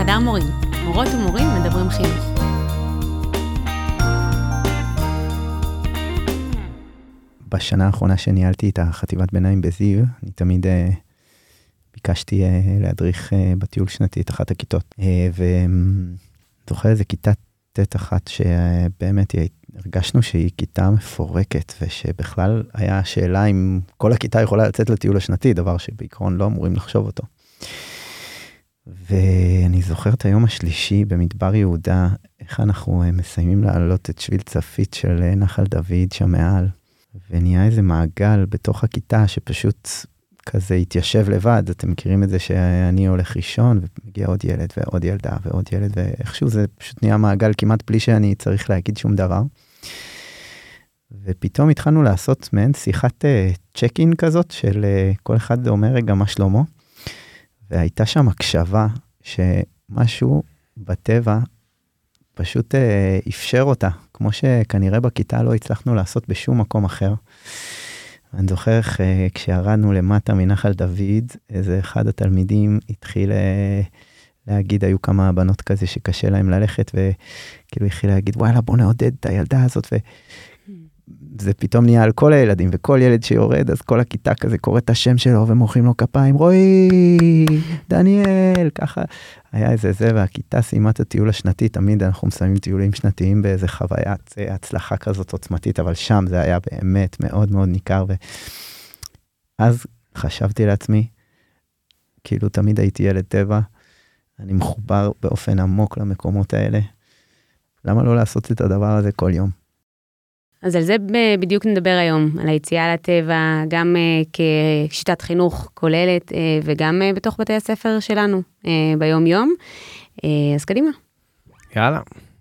חדר מורים, מורות ומורים מדברים חינוך. בשנה האחרונה שניהלתי את החטיבת ביניים בזיו, אני תמיד ביקשתי להדריך בטיול שנתי את אחת הכיתות. וזוכר איזה כיתה ת' אחת שבאמת הרגשנו שהיא כיתה מפורקת, ושבכלל היה שאלה אם כל הכיתה יכולה לצאת לטיול השנתי, דבר שבעיקרון לא אמורים לחשוב אותו. ואני זוכר את היום השלישי במדבר יהודה, איך אנחנו מסיימים לעלות את שביל צפית של נחל דוד שם מעל, ונהיה איזה מעגל בתוך הכיתה שפשוט כזה התיישב לבד. אתם מכירים את זה שאני הולך ראשון, ומגיע עוד ילד ועוד ילדה ועוד ילד, ואיכשהו זה פשוט נהיה מעגל כמעט בלי שאני צריך להגיד שום דבר. ופתאום התחלנו לעשות מעין שיחת צ'ק-אין כזאת, של כל אחד אומר רגע מה שלמה, והייתה שם הקשבה שמשהו בטבע פשוט אפשר אותה, כמו שכנראה בכיתה לא הצלחנו לעשות בשום מקום אחר. אני זוכר כשירדנו למטה מנחל דוד, איזה אחד התלמידים התחיל להגיד, היו כמה בנות כזה שקשה להם ללכת, וכאילו התחיל להגיד, וואלה בוא נעודד את הילדה הזאת, וזה פתאום נהיה על כל הילדים, וכל ילד שיורד, אז כל הכיתה כזה קורא את השם שלו, ומוחאים לו כפיים, רועי, דניאל, ככה. היה איזה זה, והכיתה סיימה את הטיול השנתי, תמיד אנחנו מסיימים טיולים שנתיים באיזה חוויית הצלחה כזאת עוצמתית, אבל שם זה היה באמת מאוד מאוד ניכר, ואז חשבתי לעצמי, כאילו תמיד הייתי ילד טבע, אני מחובר באופן עמוק למקומות האלה, למה לא לעשות את הדבר הזה כל יום? אז על זה בדיוק נדבר היום, על היציאה לטבע, גם כשיטת חינוך כוללת, וגם בתוך בתי הספר שלנו, ביום יום. אז קדימה. יאללה.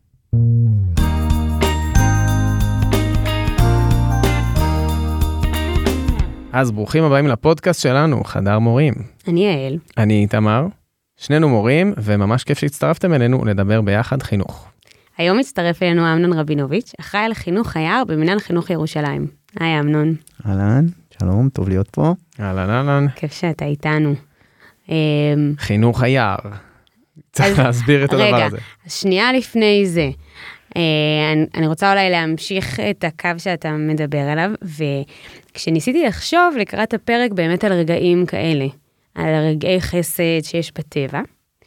אז ברוכים הבאים לפודקאסט שלנו, חדר מורים. אני יעל. אני תמר. שנינו מורים, וממש כיף שהצטרפתם אלינו לדבר ביחד חינוך. היום מצטרף אלינו אמנון רבינוביץ', אחראי על חינוך היער במינהל חינוך ירושלים. היי אמנון. אהלן, שלום, טוב להיות פה. אהלן, אהלן. כיף שאתה איתנו. חינוך היער. צריך להסביר את הדבר הזה. רגע, שנייה לפני זה, אני רוצה אולי להמשיך את הקו שאתה מדבר עליו, וכשניסיתי לחשוב לקראת הפרק באמת על רגעים כאלה, על רגעי חסד שיש בטבע,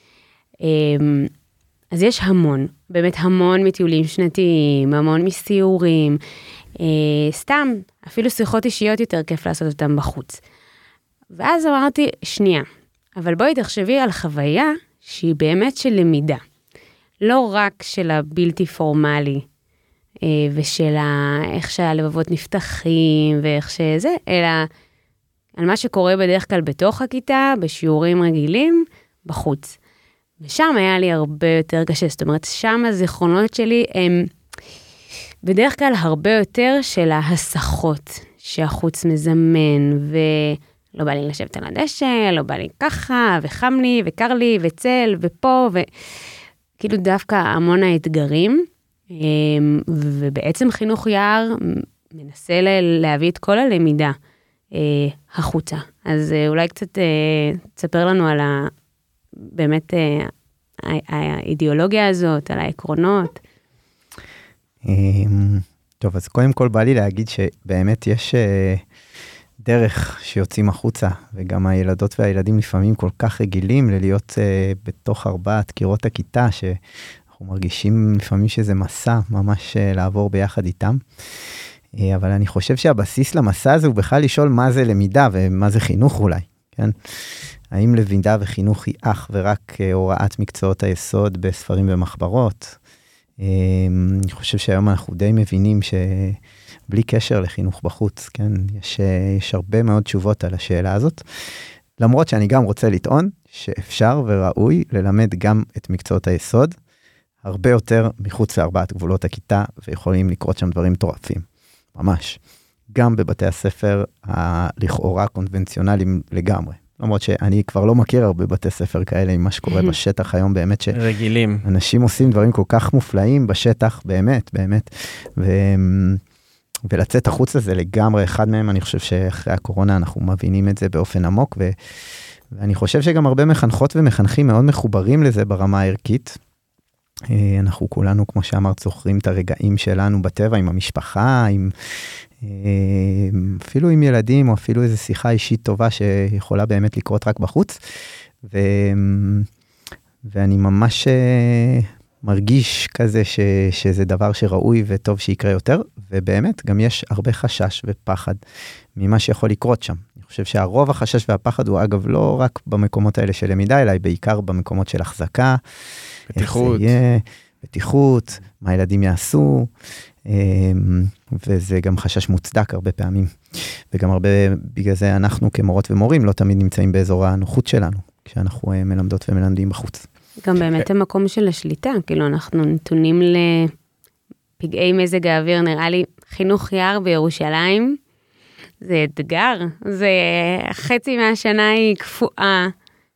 אז יש המון, באמת המון מטיולים שנתיים, המון מסיורים, סתם, אפילו שיחות אישיות יותר כיף לעשות אותם בחוץ. ואז אמרתי, שנייה, אבל בואי תחשבי על חוויה שהיא באמת של למידה. לא רק של הבלתי פורמלי, ושל איך שהלבבות נפתחים, ואיך שזה, אלא על מה שקורה בדרך כלל בתוך הכיתה, בשיעורים רגילים, בחוץ. ושם היה לי הרבה יותר קשה, זאת אומרת, שם הזיכרונות שלי הם בדרך כלל הרבה יותר של ההסחות שהחוץ מזמן, ולא בא לי לשבת על הדשא, לא בא לי ככה, וחם לי, וקר לי, וצל, ופה, וכאילו דווקא המון האתגרים, ובעצם חינוך יער מנסה להביא את כל הלמידה החוצה. אז אולי קצת תספר לנו על באמת האידיאולוגיה הזאת, על העקרונות. טוב, אז קודם כל בא לי להגיד שבאמת יש דרך שיוצאים החוצה, וגם הילדות והילדים לפעמים כל כך רגילים ללהיות בתוך 4 קירות הכיתה, שאנחנו מרגישים לפעמים שזה מסע ממש לעבור ביחד איתם. אבל אני חושב שהבסיס למסע הזה הוא בכלל לשאול מה זה למידה ומה זה חינוך אולי, כן? האם למידה וחינוך היא אך ורק הוראת מקצועות היסוד בספרים ומחברות? אני חושב שהיום אנחנו די מבינים שבלי קשר לחינוך בחוץ, כן? יש הרבה מאוד תשובות על השאלה הזאת, למרות שאני גם רוצה לטעון שאפשר וראוי ללמד גם את מקצועות היסוד, הרבה יותר מחוץ ל4 גבולות הכיתה, ויכולים לקרות שם דברים מטורפים, ממש. גם בבתי הספר הלכאורה קונבנציונליים לגמרי. למרות שאני כבר לא מכיר הרבה בתי ספר כאלה, עם מה שקורה בשטח היום, באמת רגילים. אנשים עושים דברים כל כך מופלאים בשטח, באמת, באמת. ולצאת החוץ לזה לגמרי, אחד מהם, אני חושב שאחרי הקורונה אנחנו מבינים את זה באופן עמוק, ואני חושב שגם הרבה מחנכות ומחנכים מאוד מחוברים לזה ברמה הערכית. אנחנו כולנו, כמו שאמרת, זוכרים את הרגעים שלנו בטבע, עם המשפחה, אפילו עם ילדים, או אפילו איזו שיחה אישית טובה שיכולה באמת לקרות רק בחוץ. ואני ממש מרגיש כזה שזה דבר שראוי וטוב שיקרה יותר, ובאמת גם יש הרבה חשש ופחד ממה שיכול לקרות שם. אני חושב שהרוב החשש והפחד הוא אגב לא רק במקומות האלה של למידה, אלא בעיקר במקומות של החזקה, בטיחות, מה הילדים יעשו, וזה גם חשש מוצדק הרבה פעמים. וגם הרבה, בגלל זה אנחנו כמורות ומורים לא תמיד נמצאים באזור הנוחות שלנו, כשאנחנו מלמדות ומלמדים בחוץ. גם באמת המקום של השליטה, כאילו אנחנו נתונים לפגעי מזג האוויר, נראה לי חינוך יער בירושלים, זה אתגר, זה חצי מהשנה היא קפואה.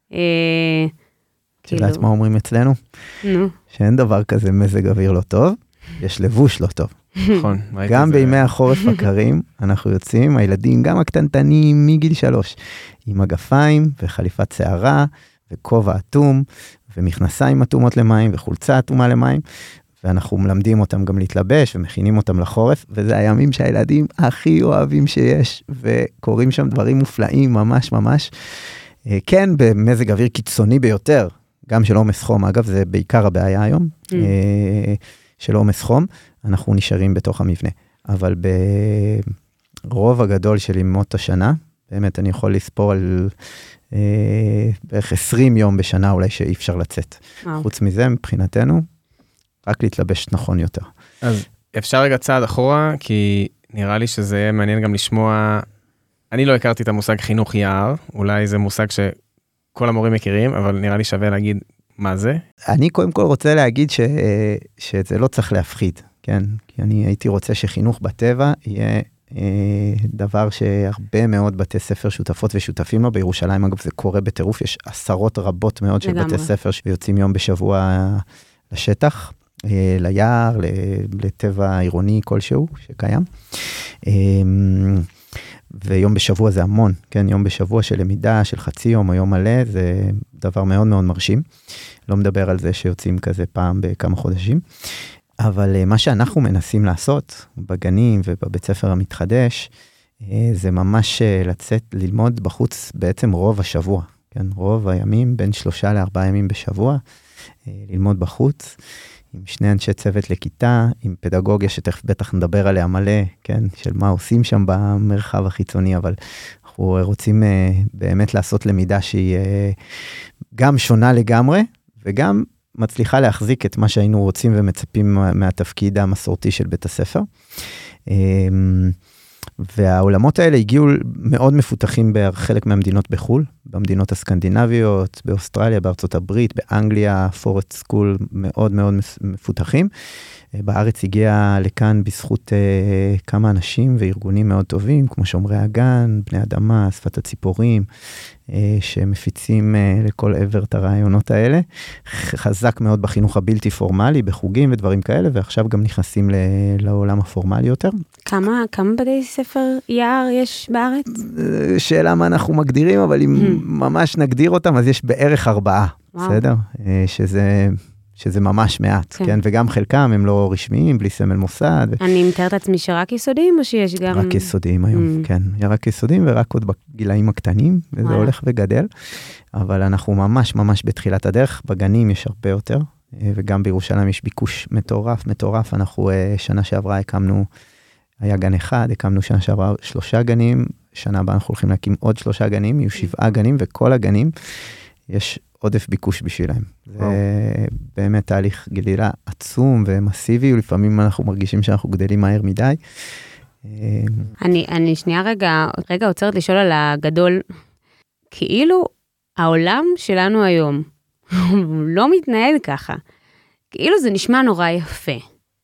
יודעת מה אומרים אצלנו? שאין דבר כזה מזג אוויר לא טוב, יש לבוש לא טוב. נכון. גם בימי החורף הקרים, אנחנו יוצאים, הילדים גם הקטנטנים מגיל 3, עם מגפיים וחליפת שערה, וכובע אטום, ומכנסיים אטומות למים, וחולצה אטומה למים, ואנחנו מלמדים אותם גם להתלבש, ומכינים אותם לחורף, וזה הימים שהילדים הכי אוהבים שיש, וקוראים שם דברים מופלאים ממש ממש. כן, במזג אוויר קיצוני ביותר, גם של עומס חום, אגב, זה בעיקר הבעיה היום, של עומס חום, אנחנו נשארים בתוך המבנה. אבל ברוב הגדול של ימות השנה, באמת אני יכול לספור על בערך 20 יום בשנה אולי שאי אפשר לצאת. חוץ מזה, מבחינתנו, רק להתלבש נכון יותר. אז אפשר רגע צעד אחורה, כי נראה לי שזה יהיה מעניין גם לשמוע, אני לא הכרתי את המושג חינוך יער, אולי זה מושג שכל המורים מכירים, אבל נראה לי שווה להגיד מה זה. אני קודם כל רוצה להגיד שזה לא צריך להפחיד, כן? כי אני הייתי רוצה שחינוך בטבע יהיה דבר שהרבה מאוד בתי ספר שותפות ושותפים לו, בירושלים אגב זה קורה בטירוף, יש עשרות רבות מאוד של בתי ספר שיוצאים יום בשבוע לשטח, ליער, לטבע עירוני כלשהו שקיים, ויום בשבוע זה המון, כן, יום בשבוע של למידה, של חצי יום או יום מלא, זה דבר מאוד מאוד מרשים, לא מדבר על זה שיוצאים כזה פעם בכמה חודשים, אבל מה שאנחנו מנסים לעשות בגנים ובבית ספר המתחדש, זה ממש לצאת ללמוד בחוץ בעצם רוב השבוע, כן, רוב הימים, בין 3 ל4 ימים בשבוע, ללמוד בחוץ, עם 2 אנשי צוות לכיתה, עם פדגוגיה שתכף בטח נדבר עליה מלא, כן, של מה עושים שם במרחב החיצוני, אבל אנחנו רוצים באמת לעשות למידה שהיא גם שונה לגמרי, וגם מצליחה להחזיק את מה שהיינו רוצים ומצפים מהתפקיד המסורתי של בית הספר. והעולמות האלה הגיעו מאוד מפותחים בחלק מהמדינות בחול, במדינות הסקנדינביות, באוסטרליה, בארצות הברית, באנגליה, פורסט סקול מאוד מאוד מפותחים. בארץ הגיע לכאן בזכות כמה אנשים וארגונים מאוד טובים, כמו שומרי הגן, בני אדמה, שפת הציפורים, שמפיצים לכל עבר את הרעיונות האלה. חזק מאוד בחינוך הבלתי פורמלי, בחוגים ודברים כאלה, ועכשיו גם נכנסים לעולם הפורמלי יותר. כמה בתי ספר יער יש בארץ? שאלה מה אנחנו מגדירים, אבל אם ממש נגדיר אותם, אז יש בערך 4, בסדר? שזה ממש מעט, כן? וגם חלקם הם לא רשמיים, בלי סמל מוסד. אני מתארת עצמי שרק יסודיים, או שיש גם... רק יסודיים היום, כן. רק יסודיים ורק עוד בגילאים הקטנים, וזה הולך וגדל. אבל אנחנו ממש ממש בתחילת הדרך, בגנים יש הרבה יותר, וגם בירושלים יש ביקוש מטורף. אנחנו שנה שעברה הקמנו, היה גן אחד, הקמנו שנה שעברה 3 גנים, שנה הבאה אנחנו הולכים להקים עוד 3 גנים, יהיו 7 גנים, וכל הגנים יש עודף ביקוש בשבילהם. זה באמת תהליך גדילה עצום ומסיבי, ולפעמים אנחנו מרגישים שאנחנו גדלים מהר מדי. אני שנייה רגע עוצרת לשאול על הגדול, כאילו העולם שלנו היום לא מתנהל ככה. כאילו זה נשמע נורא יפה.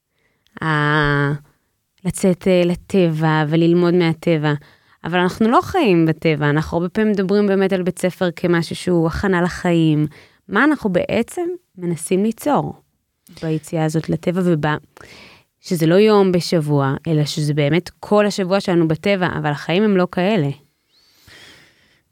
לצאת לטבע וללמוד מהטבע. אבל אנחנו לא חיים בטבע, אנחנו הרבה פעמים מדברים באמת על בית ספר כמשהו שהוא הכנה לחיים. מה אנחנו בעצם מנסים ליצור ביציאה הזאת לטבע שזה לא יום בשבוע, אלא שזה באמת כל השבוע שלנו בטבע, אבל החיים הם לא כאלה.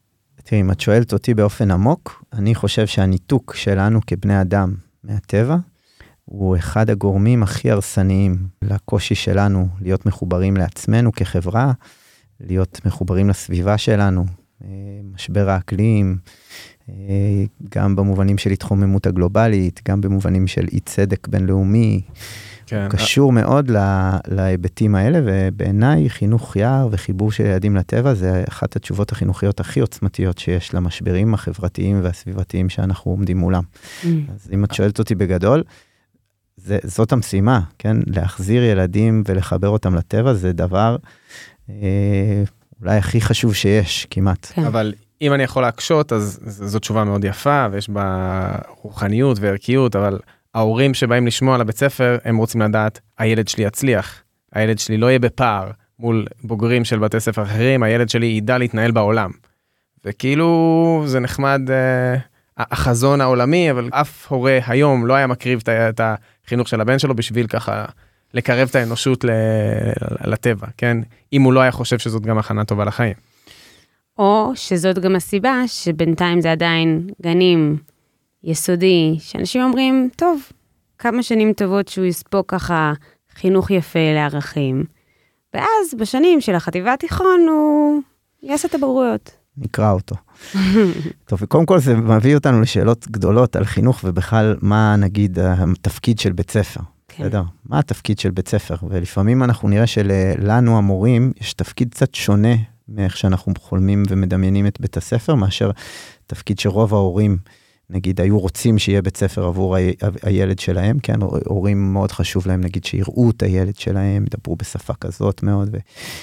תראי, אם את שואלת אותי באופן עמוק, אני חושב שהניתוק שלנו כבני אדם מהטבע, הוא אחד הגורמים הכי הרסניים לקושי שלנו להיות מחוברים לעצמנו כחברה, להיות מחוברים לסביבה שלנו, משבר האקלים, גם במובנים של התחוממות הגלובלית, גם במובנים של אי צדק בינלאומי, כן. קשור מאוד להיבטים האלה, ובעיניי חינוך יער וחיבור של ילדים לטבע, זה אחת התשובות החינוכיות הכי עוצמתיות שיש למשברים החברתיים והסביבתיים שאנחנו עומדים מולם. אז אם את שואלת אותי בגדול, זאת המשימה, כן? להחזיר ילדים ולחבר אותם לטבע, זה דבר אולי הכי חשוב שיש כמעט. כן. אבל אם אני יכול להקשות, אז זו תשובה מאוד יפה, ויש בה רוחניות וערכיות, אבל ההורים שבאים לשמוע לבית ספר, הם רוצים לדעת, הילד שלי יצליח, הילד שלי לא יהיה בפער מול בוגרים של בתי ספר אחרים, הילד שלי ידע להתנהל בעולם. וכאילו זה נחמד החזון העולמי, אבל אף הורה היום לא היה מקריב את החינוך של הבן שלו בשביל ככה לקרב את האנושות לטבע, כן? אם הוא לא היה חושב שזאת גם הכנה טובה לחיים. או שזאת גם הסיבה שבינתיים זה עדיין גנים יסודי, שאנשים אומרים, טוב, כמה שנים טובות שהוא יספוק ככה חינוך יפה לערכים, ואז בשנים של החטיבה התיכון הוא יעשה את הבגרויות. נקרא אותו. טוב, וקודם כל זה מביא אותנו לשאלות גדולות על חינוך, ובכלל מה נגיד התפקיד של בית ספר. בסדר? מה התפקיד של בית ספר? ולפעמים אנחנו נראה שלנו המורים יש תפקיד קצת שונה מאיך שאנחנו חולמים ומדמיינים את בית הספר, מאשר תפקיד שרוב ההורים נגיד, היו רוצים שיהיה בית ספר עבור הילד שלהם, כן, הורים מאוד חשוב להם, נגיד, שיראו את הילד שלהם, ידברו בשפה כזאת מאוד,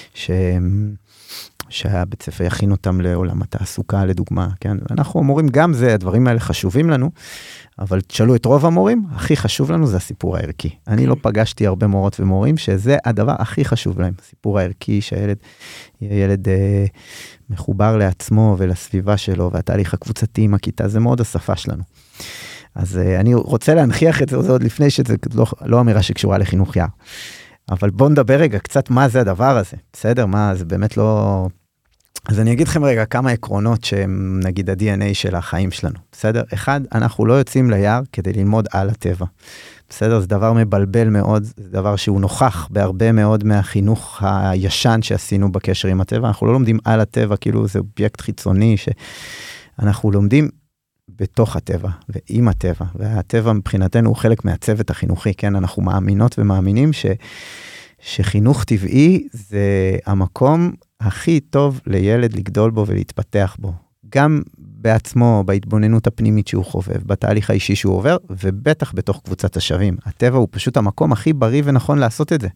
שהבית ספר יכין אותם לעולם התעסוקה, לדוגמה, כן, אנחנו המורים, גם זה, הדברים האלה חשובים לנו, אבל תשאלו את רוב המורים, הכי חשוב לנו זה הסיפור הערכי. אני לא פגשתי הרבה מורות ומורים, שזה הדבר הכי חשוב להם, הסיפור הערכי, שהילד יהיה ילד מחובר לעצמו ולסביבה שלו, והתהליך הקבוצתי עם הכיתה, זה מאוד השפה שלנו. אז אני רוצה להנחיח את זה עוד לפני שזה לא אמירה שקשורה לחינוך יער. אבל בואו נדבר רגע קצת מה זה הדבר הזה, בסדר? מה, זה באמת לא... אז אני אגיד לכם רגע כמה עקרונות שהם נגיד ה-DNA של החיים שלנו, בסדר? אחד, אנחנו לא יוצאים ליער כדי ללמוד על הטבע. בסדר? זה דבר מבלבל מאוד, זה דבר שהוא נוכח בהרבה מאוד מהחינוך הישן שעשינו בקשר עם הטבע. אנחנו לא לומדים על הטבע, כאילו זה אובייקט חיצוני שאנחנו לומדים בתוך הטבע ועם הטבע. והטבע מבחינתנו הוא חלק מהצוות החינוכי, כן? אנחנו מאמינות ומאמינים שחינוך טבעי זה המקום הכי טוב לילד לגדול בו ולהתפתח בו. גם בעצמו, בהתבוננות הפנימית שהוא חובב, בתהליך האישי שהוא עובר, ובטח בתוך קבוצת השווים. הטבע הוא פשוט המקום הכי בריא ונכון לעשות את זה.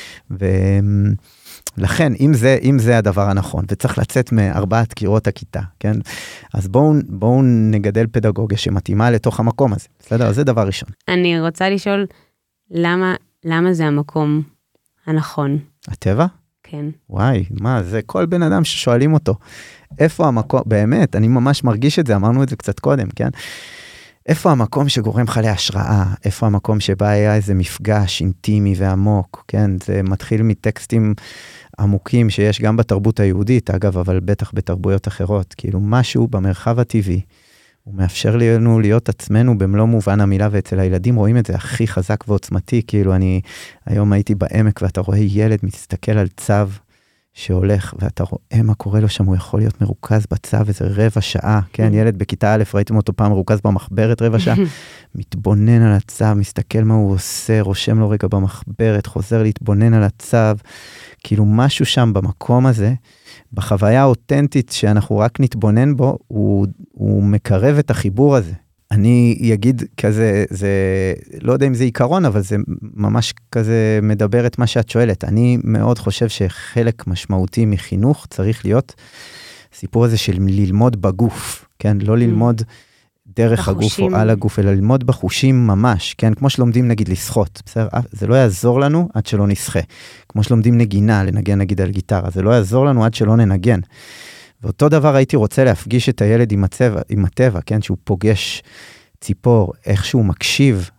ולכן, אם זה הדבר הנכון, וצריך לצאת מארבעת קירות הכיתה, כן? אז בואו נגדל פדגוגיה שמתאימה לתוך המקום הזה. בסדר? אז זה דבר ראשון. אני רוצה לשאול, למה זה המקום הנכון? הטבע? כן. וואי, מה זה? כל בן אדם ששואלים אותו, איפה המקום, באמת, אני ממש מרגיש את זה, אמרנו את זה קצת קודם, כן? איפה המקום שגורם לך להשראה? איפה המקום שבה היה איזה מפגש אינטימי ועמוק, כן? זה מתחיל מטקסטים עמוקים שיש גם בתרבות היהודית, אגב, אבל בטח בתרבויות אחרות, כאילו משהו במרחב הטבעי, הוא מאפשר לנו להיות עצמנו במלוא מובן המילה, ואצל הילדים רואים את זה הכי חזק ועוצמתי, כאילו היום הייתי בעמק ואתה רואה ילד מסתכל על צו שהולך, ואתה רואה מה קורה לו שם, הוא יכול להיות מרוכז בצו איזה רבע שעה, כן, ילד בכיתה א', ראיתם אותו פעם מרוכז במחברת רבע שעה, מתבונן על הצו, מסתכל מה הוא עושה, רושם לו רגע במחברת, חוזר להתבונן על הצו, כאילו משהו שם במקום הזה, בחוויה האותנטית שאנחנו רק נתבונן בו, הוא מקרב את החיבור הזה. אני אגיד כזה, לא יודע אם זה עיקרון, אבל זה ממש כזה מדבר את מה שאת שואלת. אני מאוד חושב שחלק משמעותי מחינוך צריך להיות סיפור הזה של ללמוד בגוף, כן? לא ללמוד דרך הגוף או על הגוף, אלא ללמוד בחושים ממש, כן? כמו שלומדים נגיד לשחות, בסדר? זה לא יעזור לנו עד שלא נשחה. כמו שלומדים נגינה, לנגן נגיד על גיטרה, זה לא יעזור לנו עד שלא ננגן. ואותו דבר הייתי רוצה להפגיש את הילד עם הטבע, כן? שהוא פוגש ציפור, איך שהוא מקשיב,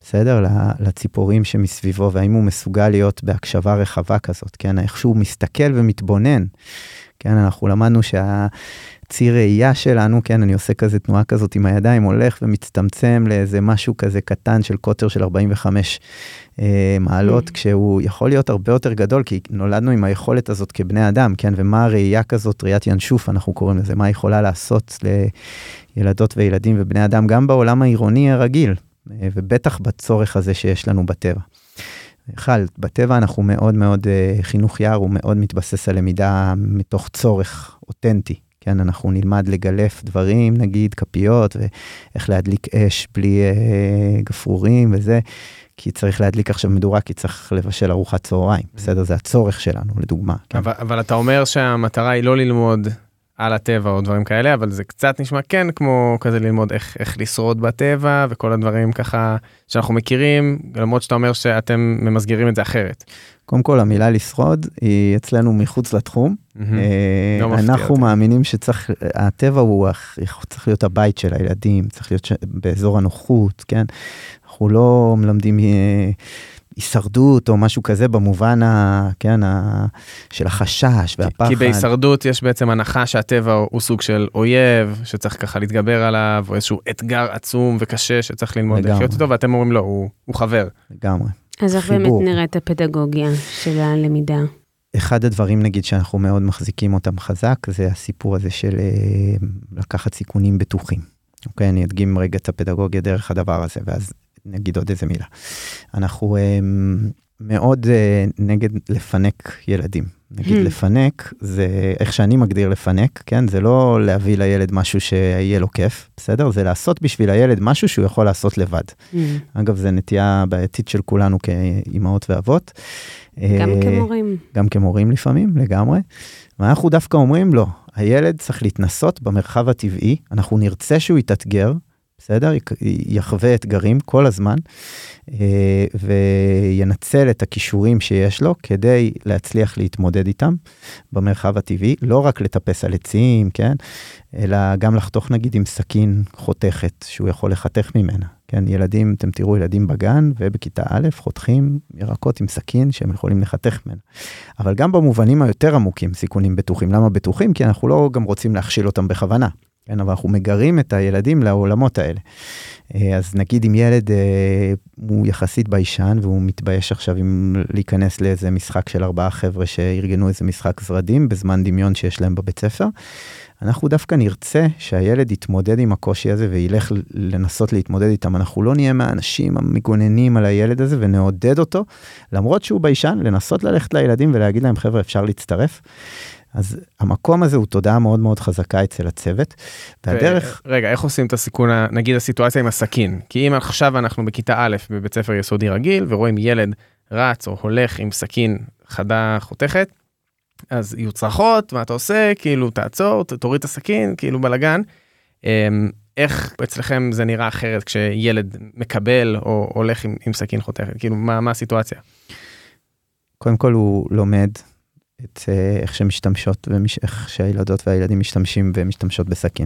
בסדר? לציפורים שמסביבו, והאם הוא מסוגל להיות בהקשבה רחבה כזאת, כן? איך שהוא מסתכל ומתבונן, כן? אנחנו למדנו ציר ראייה שלנו, כן, אני עושה כזה תנועה כזאת עם הידיים, הולך ומצטמצם לאיזה משהו כזה קטן של קוטר של 45 מעלות, כשהוא יכול להיות הרבה יותר גדול, כי נולדנו עם היכולת הזאת כבני אדם, כן, ומה הראייה כזאת, ראיית ינשוף, אנחנו קוראים לזה, מה יכולה לעשות לילדות וילדים ובני אדם, גם בעולם העירוני הרגיל, ובטח בצורך הזה שיש לנו בטבע. בכלל, בטבע אנחנו מאוד מאוד, חינוך יער הוא מאוד מתבסס על למידה מתוך צורך אותנטי. כן, אנחנו נלמד לגלף דברים, נגיד כפיות, ואיך להדליק אש בלי גפרורים וזה, כי צריך להדליק עכשיו מדורה, כי צריך לבשל ארוחת צהריים. בסדר, זה הצורך שלנו, לדוגמה. כן. אבל אתה אומר שהמטרה היא לא ללמוד על הטבע או דברים כאלה, אבל זה קצת נשמע כן כמו כזה ללמוד איך לשרוד בטבע, וכל הדברים ככה שאנחנו מכירים, למרות שאתה אומר שאתם ממסגרים את זה אחרת. קודם כל, המילה לשרוד היא אצלנו מחוץ לתחום. אנחנו מאמינים שצריך, הטבע הוא צריך להיות הבית של הילדים, צריך להיות באזור הנוחות, כן? אנחנו לא מלמדים הישרדות או משהו כזה במובן של החשש והפחד. כי בהישרדות יש בעצם הנחה שהטבע הוא סוג של אויב, שצריך ככה להתגבר עליו, או איזשהו אתגר עצום וקשה שצריך ללמוד לחיות איתו, ואתם אומרים לו, הוא חבר. לגמרי. אז איך באמת נראית הפדגוגיה של הלמידה? אחד הדברים, נגיד, שאנחנו מאוד מחזיקים אותם חזק, זה הסיפור הזה של לקחת סיכונים בטוחים. אוקיי, אני אדגים רגע את הפדגוגיה דרך הדבר הזה, ואז נגיד עוד איזה מילה. אנחנו מאוד נגד לפנק ילדים. נגיד לפנק, זה איך שאני מגדיר לפנק, כן? זה לא להביא לילד משהו שיהיה לו כיף, בסדר? זה לעשות בשביל הילד משהו שהוא יכול לעשות לבד. אגב, זה נטייה בעייתית של כולנו כאימהות ואבות. גם כמורים. גם כמורים לפעמים, לגמרי. ואנחנו דווקא אומרים לו, הילד צריך להתנסות במרחב הטבעי, אנחנו נרצה שהוא יתאתגר, בסדר? יחווה אתגרים כל הזמן, וינצל את הכישורים שיש לו, כדי להצליח להתמודד איתם במרחב הטבעי, לא רק לטפס על עצים, כן? אלא גם לחתוך נגיד עם סכין חותכת, שהוא יכול לחתך ממנה, כן? ילדים, אתם תראו ילדים בגן, ובכיתה א' חותכים ירקות עם סכין, שהם יכולים לחתך ממנה. אבל גם במובנים היותר עמוקים, סיכונים בטוחים. למה בטוחים? כי אנחנו לא גם רוצים להכשיל אותם בכוונה. כן, אבל אנחנו מגרים את הילדים לעולמות האלה. אז נגיד אם ילד הוא יחסית ביישן, והוא מתבייש עכשיו להיכנס לאיזה משחק של 4 חבר'ה שארגנו איזה משחק זרדים, בזמן דמיון שיש להם בבית ספר, אנחנו דווקא נרצה שהילד יתמודד עם הקושי הזה, וילך לנסות להתמודד איתם. אנחנו לא נהיה מהאנשים המגוננים על הילד הזה, ונעודד אותו, למרות שהוא ביישן, לנסות ללכת לילדים ולהגיד להם, חבר'ה, אפשר להצטרף. אז המקום הזה הוא תודעה מאוד מאוד חזקה אצל הצוות, והדרך... רגע, איך עושים את הסיכון, נגיד הסיטואציה עם הסכין? כי אם עכשיו אנחנו בכיתה א' בבית ספר יסודי רגיל, ורואים ילד רץ או הולך עם סכין חדה חותכת, אז יהיו צרחות, מה אתה עושה? כאילו תעצור, תוריד את הסכין, כאילו בלגן. איך אצלכם זה נראה אחרת כשילד מקבל או הולך עם סכין חותכת? כאילו מה הסיטואציה? קודם כל הוא לומד את איך שמשתמשות, ואיך שהילדות והילדים משתמשים ומשתמשות בסכין.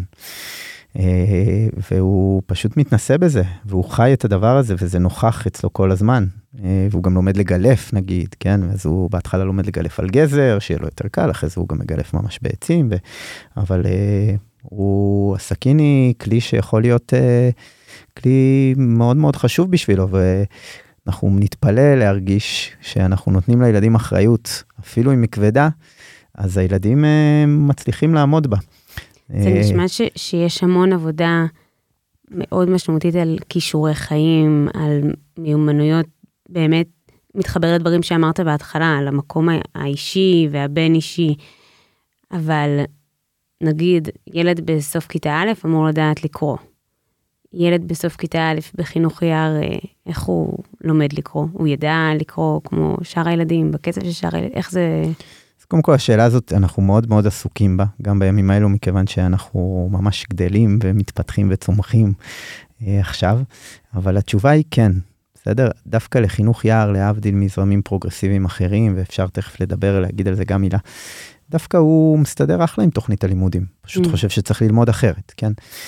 והוא פשוט מתנסה בזה, והוא חי את הדבר הזה, וזה נוכח אצלו כל הזמן. והוא גם לומד לגלף, נגיד, כן? אז הוא בהתחלה לומד לגלף על גזר, שיהיה לו יותר קל, אחרי זה הוא גם מגלף ממש בעצים, אבל הסכין היא כלי שיכול להיות כלי מאוד מאוד חשוב בשבילו, אנחנו נתפלא להרגיש שאנחנו נותנים לילדים אחריות, אפילו אם היא כבדה, אז הילדים מצליחים לעמוד בה. זה נשמע שיש המון עבודה מאוד משמעותית על כישורי חיים, על מיומנויות, באמת מתחבר לדברים שאמרת בהתחלה, על המקום האישי והבין אישי, אבל נגיד ילד בסוף כיתה א' אמור לדעת לקרוא. ילד בסוף כיתה א' בחינוך יער, איך הוא לומד לקרוא? הוא ידע לקרוא כמו שאר הילדים, בקצב של שאר הילדים, איך זה... אז קודם כל השאלה הזאת, אנחנו מאוד מאוד עסוקים בה, גם בימים האלו, מכיוון שאנחנו ממש גדלים ומתפתחים וצומחים עכשיו, אבל התשובה היא כן, בסדר? דווקא לחינוך יער, להבדיל מזרמים פרוגרסיביים אחרים, ואפשר תכף לדבר, להגיד על זה גם מילה, דווקא הוא מסתדר אחלה עם תוכנית הלימודים, פשוט חושב שצריך ללמוד אחרת, כן?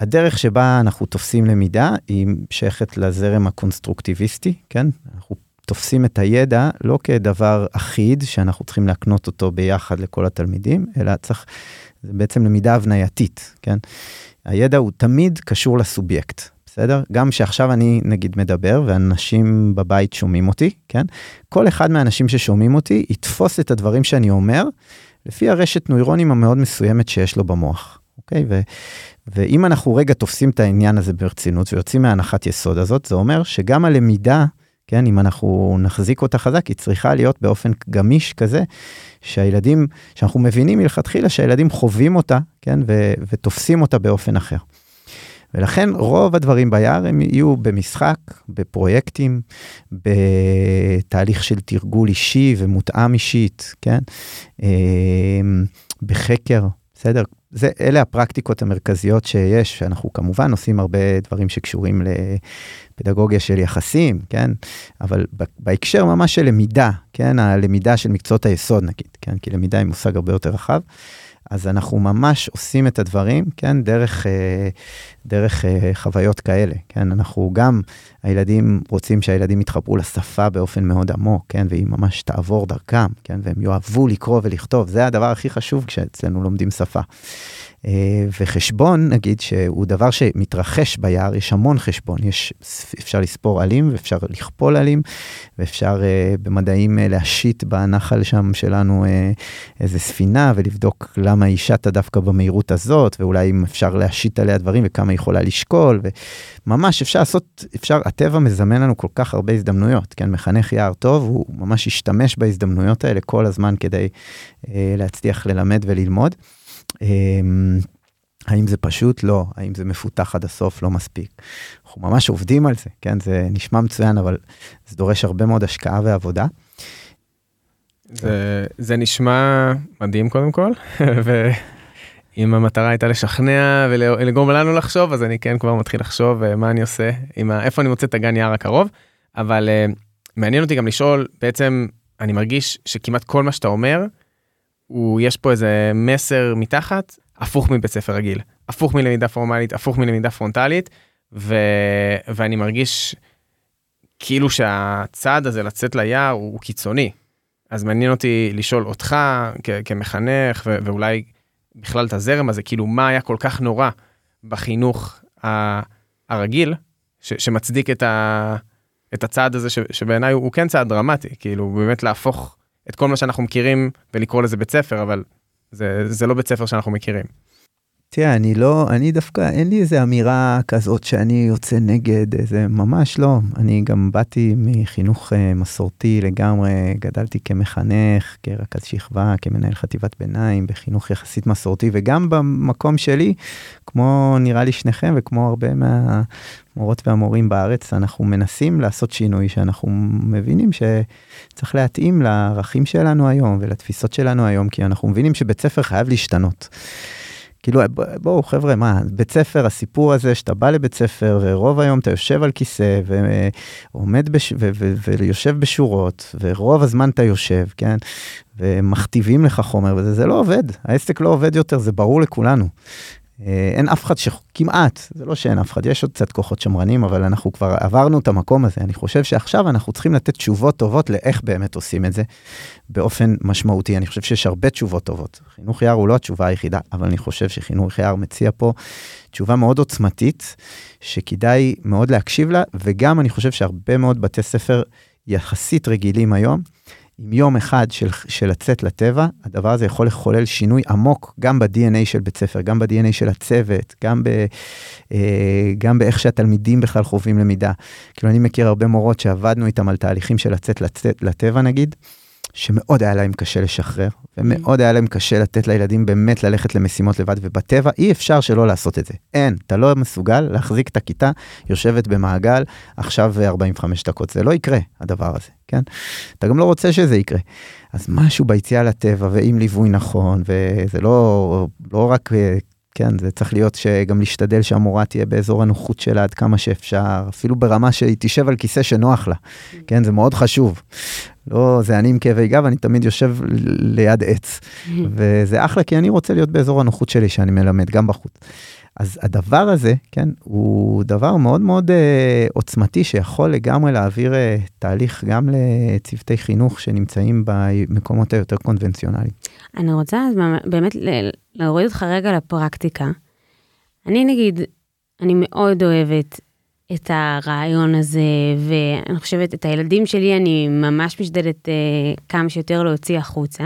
הדרך שבה אנחנו תופסים למידה, היא שייכת לזרם הקונסטרוקטיביסטי, כן? אנחנו תופסים את הידע לא כדבר אחיד, שאנחנו צריכים להקנות אותו ביחד לכל התלמידים, אלא זה בעצם למידה הבנייתית, כן? הידע הוא תמיד קשור לסובייקט, בסדר? גם שעכשיו אני נגיד מדבר, ואנשים בבית שומעים אותי, כן? כל אחד מהאנשים ששומעים אותי, יתפוס את הדברים שאני אומר, לפי הרשת נוירונים המאוד מסוימת שיש לו במוח, אוקיי? ואם אנחנו רגע תופסים את העניין הזה ברצינות, ויוצאים מהנחת יסוד הזאת, זה אומר שגם הלמידה, כן, אם אנחנו נחזיק אותה חזק, היא צריכה להיות באופן גמיש כזה, שהילדים, שאנחנו מבינים מלכתחילה שהילדים חווים אותה, כן, ותופסים אותה באופן אחר. ולכן רוב הדברים ביער הם יהיו במשחק, בפרויקטים, בתהליך של תרגול אישי ומותאם אישית, כן, בחקר, בסדר? אלה הפרקטיקות המרכזיות שיש, שאנחנו כמובן עושים הרבה דברים שקשורים לפדגוגיה של יחסים, כן? אבל בהקשר ממש של למידה, כן? הלמידה של מקצועות היסוד נגיד, כן? כי למידה היא מושג הרבה יותר רחב, אז אנחנו ממש עושים את הדברים, כן? דרך חוויות כאלה, כן? אנחנו גם, הילדים רוצים שהילדים יתחברו לשפה באופן מאוד עמוק, כן? והיא ממש תעבור דרכם, כן? והם יאהבו לקרוא ולכתוב, זה הדבר הכי חשוב כשאצלנו לומדים שפה. וחשבון, נגיד, שהוא דבר שמתרחש ביער, יש המון חשבון, אפשר לספור עלים, ואפשר לכפול עלים, ואפשר במדעים להשית בנחל שם שלנו איזה ספינה, ולבדוק למה היא שטה דווקא במהירות הזאת, ואולי אם אפשר להשית עליה דברים, וכמה היא יכולה לשקול, וממש אפשר לעשות, הטבע מזמן לנו כל כך הרבה הזדמנויות, כן, מחנך יער טוב, הוא ממש ישתמש בהזדמנויות האלה כל הזמן, כדי להצליח ללמד וללמוד. האם זה פשוט? לא. האם זה מפותח עד הסוף? לא מספיק. אנחנו ממש עובדים על זה, כן? זה נשמע מצוין, אבל זה דורש הרבה מאוד השקעה ועבודה. זה נשמע מדהים קודם כל, ואם המטרה הייתה לשכנע ולגרום לנו לחשוב, אז אני כן כבר מתחיל לחשוב מה אני עושה, איפה אני מוצא את הגן יער הקרוב, אבל מעניין אותי גם לשאול, בעצם אני מרגיש שכמעט כל מה שאתה אומר, יש פה איזה מסר מתחת, הפוך מבית ספר רגיל, הפוך מלמידה פורמלית, הפוך מלמידה פרונטלית, ואני מרגיש כאילו שהצעד הזה לצאת ליער הוא קיצוני. אז מעניין אותי לשאול אותך כמחנך, ואולי בכלל את הזרם הזה, כאילו מה היה כל כך נורא בחינוך הרגיל, שמצדיק את הצעד הזה, שבעיניי הוא כן צעד דרמטי, כאילו באמת להפוך את כל מה שאנחנו מכירים ולקרוא לזה בית ספר, אבל זה לא בית ספר שאנחנו מכירים. תראה, אני דווקא, אין לי איזו אמירה כזאת שאני יוצא נגד, זה ממש לא. אני גם באתי מחינוך מסורתי לגמרי, גדלתי כמחנך, כרכז שכבה, כמנהל חטיבת ביניים, בחינוך יחסית מסורתי, וגם במקום שלי, כמו נראה לי שניכם, וכמו הרבה מהמורות והמורים בארץ, אנחנו מנסים לעשות שינוי, שאנחנו מבינים שצריך להתאים לערכים שלנו היום, ולתפיסות שלנו היום, כי אנחנו מבינים שבית ספר חייב להשתנות. כאילו, בואו חבר'ה, מה, בית ספר, הסיפור הזה שאתה בא לבית ספר, ורוב היום אתה יושב על כיסא, ועומד ויושב בשורות, ורוב הזמן אתה יושב, כן? ומכתיבים לך חומר, וזה לא עובד. העסק לא עובד יותר, זה ברור לכולנו. אין אף אחד כמעט, זה לא שאין אף אחד, יש עוד קצת כוחות שמרנים, אבל אנחנו כבר עברנו את המקום הזה. אני חושב שעכשיו אנחנו צריכים לתת תשובות טובות לאיך באמת עושים את זה באופן משמעותי. אני חושב שיש הרבה תשובות טובות. חינוך יער הוא לא התשובה היחידה, אבל אני חושב שחינוך יער מציע פה תשובה מאוד עוצמתית, שכדאי מאוד להקשיב לה, וגם אני חושב שהרבה מאוד בתי ספר יחסית רגילים היום, עם יום אחד של לצאת לטבע, הדבר הזה יכול לחולל שינוי עמוק, גם ב-DNA של בית ספר, גם ב-DNA של הצוות, גם באיך שהתלמידים בכלל חווים למידה. כאילו אני מכיר הרבה מורות שעבדנו איתם על תהליכים של לצאת לטבע נגיד, שמאוד היה להם קשה לשחרר, ומאוד היה להם קשה לתת לילדים באמת ללכת למשימות לבד, ובטבע אי אפשר שלא לעשות את זה. אין, אתה לא מסוגל להחזיק את הכיתה, יושבת במעגל, עכשיו 45 דקות, זה לא יקרה, הדבר הזה, כן? אתה גם לא רוצה שזה יקרה. אז משהו ביציאה לטבע, ועם ליווי נכון, וזה לא רק, כן, זה צריך להיות שגם להשתדל שהמורה תהיה באזור הנוחות שלה עד כמה שאפשר, אפילו ברמה שהיא תשב על כיסא שנוח לה, כן, זה מאוד חשוב. לא, זה אני עם כאבי גב, אני תמיד יושב ליד עץ. וזה אחלה, כי אני רוצה להיות באזור הנוחות שלי, שאני מלמד גם בחוץ. אז הדבר הזה, כן, הוא דבר מאוד מאוד עוצמתי, שיכול לגמרי להעביר תהליך גם לצוותי חינוך שנמצאים במקומות היותר קונבנציונליים. אני רוצה אז באמת להוריד אותך רגע לפרקטיקה. אני נגיד, אני מאוד אוהבת את הרעיון הזה, ואני חושבת, את הילדים שלי אני ממש משתדלת כמה שיותר להוציא החוצה,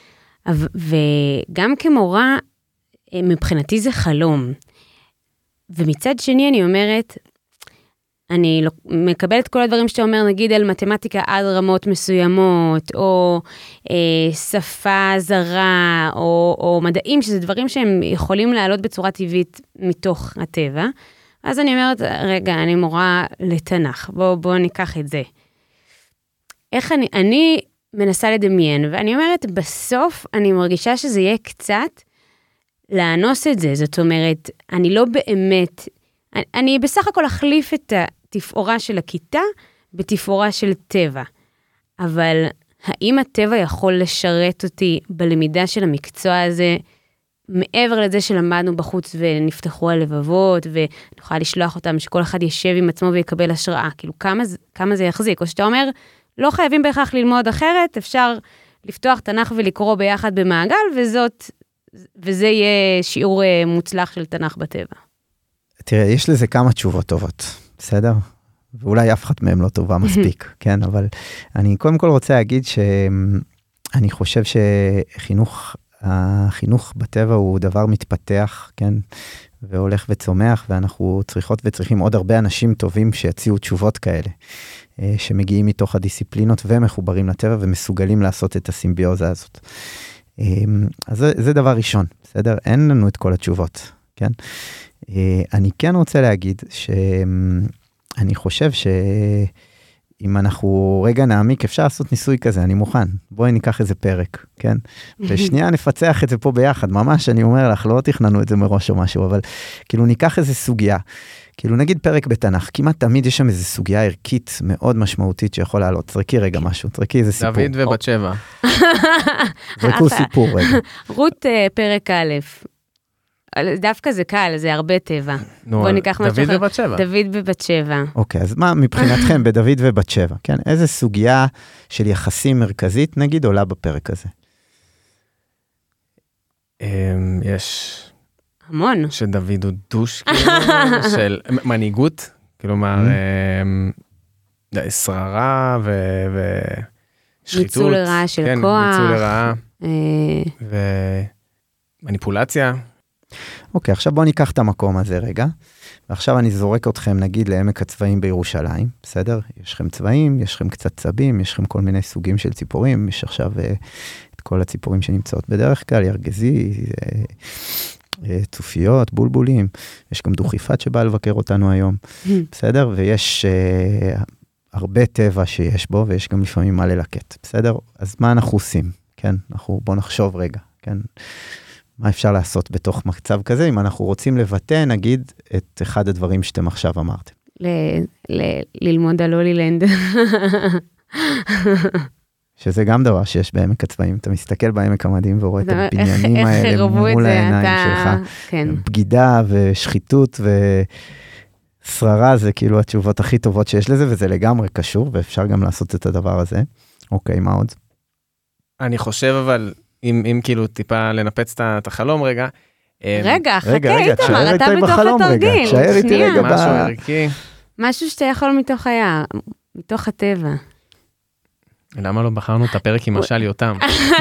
וגם כמורה, מבחינתי זה חלום. ומצד שני אני אומרת, אני מקבלת כל הדברים שאתה אומר, נגיד על מתמטיקה עד רמות מסוימות, או שפה זרה, או מדעים, שזה דברים שהם יכולים לעלות בצורה טבעית מתוך הטבע. אז אני אומרת, רגע, אני מורה לתנ"ך, בוא ניקח את זה. איך אני מנסה לדמיין, ואני אומרת, בסוף אני מרגישה שזה יהיה קצת לאנוס את זה, זאת אומרת, אני לא באמת, אני בסך הכל אחליף את התפאורה של הכיתה בתפאורה של טבע, אבל האם הטבע יכול לשרת אותי בלמידה של המקצוע הזה, מעבר לזה שלמדנו בחוץ ונפתחו הלבבות, ונוכל לשלוח אותם שכל אחד יישב עם עצמו ויקבל השראה, כאילו כמה זה יחזיק, או שאתה אומר, לא חייבים בהכרח ללמוד אחרת, אפשר לפתוח תנ"ך ולקרוא ביחד במעגל, וזה יהיה שיעור מוצלח של תנ"ך בטבע. תראה, יש לזה כמה תשובות טובות, בסדר? ואולי אף אחת מהם לא טובה מספיק, כן? אבל אני קודם כל רוצה להגיד שאני חושב החינוך בטבע הוא דבר מתפתח, כן? והולך וצומח, ואנחנו צריכות וצריכים עוד הרבה אנשים טובים שיציעו תשובות כאלה, שמגיעים מתוך הדיסציפלינות ומחוברים לטבע ומסוגלים לעשות את הסימביוזה הזאת. אז זה דבר ראשון, בסדר? אין לנו את כל התשובות, כן? אני כן רוצה להגיד שאני חושב שאם אנחנו רגע נעמיק, אפשר לעשות ניסוי כזה, אני מוכן. בואי ניקח איזה פרק, כן? ושנייה נפצח את זה פה ביחד, ממש אני אומר לך, לא תכננו את זה מראש או משהו, אבל כאילו ניקח איזה סוגיה, כאילו נגיד פרק בתנ"ך, כמעט תמיד יש שם איזו סוגיה ערכית מאוד משמעותית שיכול לעלות. תרקי רגע משהו, תרקי איזה סיפור. דוד ובת שבע. תרקו סיפור רגע. רות פרק א', דווקא זה קל, זה הרבה טבע. בוא ניקח משהו אחר. דוד ובת שבע. דוד ובת שבע. אוקיי, אז מה מבחינתכם בדוד ובת שבע, כן? איזה סוגיה של יחסים מרכזית, נגיד, עולה בפרק הזה? יש... המון. שדוד הוא דוש, כאילו, של מנהיגות, כלומר, שררה ושחיתות. ניצול לרעה של כן, כוח. ניצול לרעה. ומניפולציה. אוקיי, עכשיו בואו ניקח את המקום הזה רגע, ועכשיו אני זורק אתכם, נגיד, לעמק הצבעים בירושלים, בסדר? יש לכם צבעים, יש לכם קצת צבים, יש לכם כל מיני סוגים של ציפורים, יש עכשיו את כל הציפורים שנמצאות בדרך כלל, ירגזי, צופיות, בולבולים, יש גם דוכיפת שבא לבקר אותנו היום, בסדר? ויש הרבה טבע שיש בו, ויש גם לפעמים מה ללקט, בסדר? אז מה אנחנו עושים? כן, בואו נחשוב רגע, כן? מה אפשר לעשות בתוך מצב כזה, אם אנחנו רוצים לבטא, נגיד, את אחד הדברים שאתם עכשיו אמרתם. ללמוד על הולילנד. שזה גם דבר שיש בעמק הצבעים. אתה מסתכל בעמק המדהים ורואה את הבניינים האלה מול העיניים שלך. בגידה ושחיתות ושררה, זה כאילו התשובות הכי טובות שיש לזה, וזה לגמרי קשור, ואפשר גם לעשות את הדבר הזה. אוקיי, מה עוד? אני חושב אבל, אם כאילו טיפה לנפץ את החלום רגע. רגע, חכה איתמר, אתה בתוך התרגיל. תשאר איתי רגע. משהו ערכי. משהו שאתה יכול מתוך היער, מתוך הטבע. למה לא בחרנו את הפרק עם משל יותם?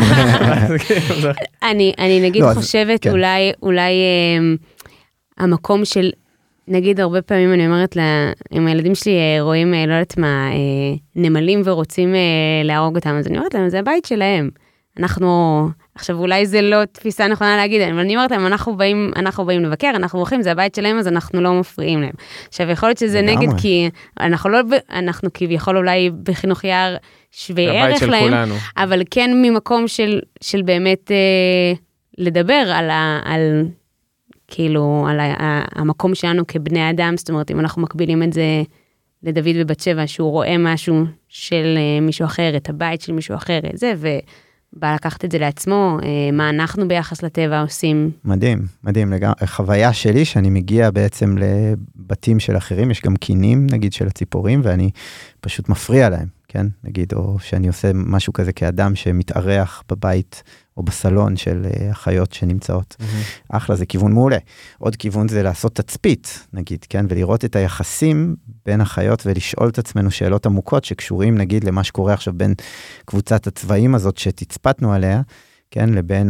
אני נגיד חושבת אולי המקום של, נגיד הרבה פעמים אני אומרת אם הילדים שלי רואים, לא יודעת מה, נמלים ורוצים להרוג אותם, אז אני אומרת להם, זה הבית שלהם. אנחנו, עכשיו אולי זה לא תפיסה נכונה להגיד, אבל אני אומרת להם, אנחנו באים לבקר, אנחנו בורחים, זה הבית שלהם, אז אנחנו לא מפריעים להם. עכשיו יכול להיות שזה נגד, כי אנחנו כביכול אולי בחינוך יער שווי ערך להם, אבל כן ממקום של באמת לדבר על כאילו, על המקום שלנו כבני אדם, זאת אומרת, אם אנחנו מקבילים את זה לדוד ובת שבע, שהוא רואה משהו של מישהו אחר, את הבית של מישהו אחר, ובא לקחת את זה לעצמו, מה אנחנו ביחס לטבע עושים. מדהים, מדהים. החוויה שלי, שאני מגיע בעצם לבתים של אחרים, יש גם קינים, נגיד, של הציפורים, ואני פשוט מפריע להם, כן? נגיד, או שאני עושה משהו כזה כאדם שמתארח בבית, או בסלון של החיות שנמצאות. אחלה, זה כיוון מעולה. עוד כיוון זה לעשות תצפית, נגיד, כן? ולראות את היחסים בין החיות, ולשאול את עצמנו שאלות עמוקות, שקשורים, נגיד, למה שקורה עכשיו בין קבוצת הצבעים הזאת, שתצפתנו עליה, כן?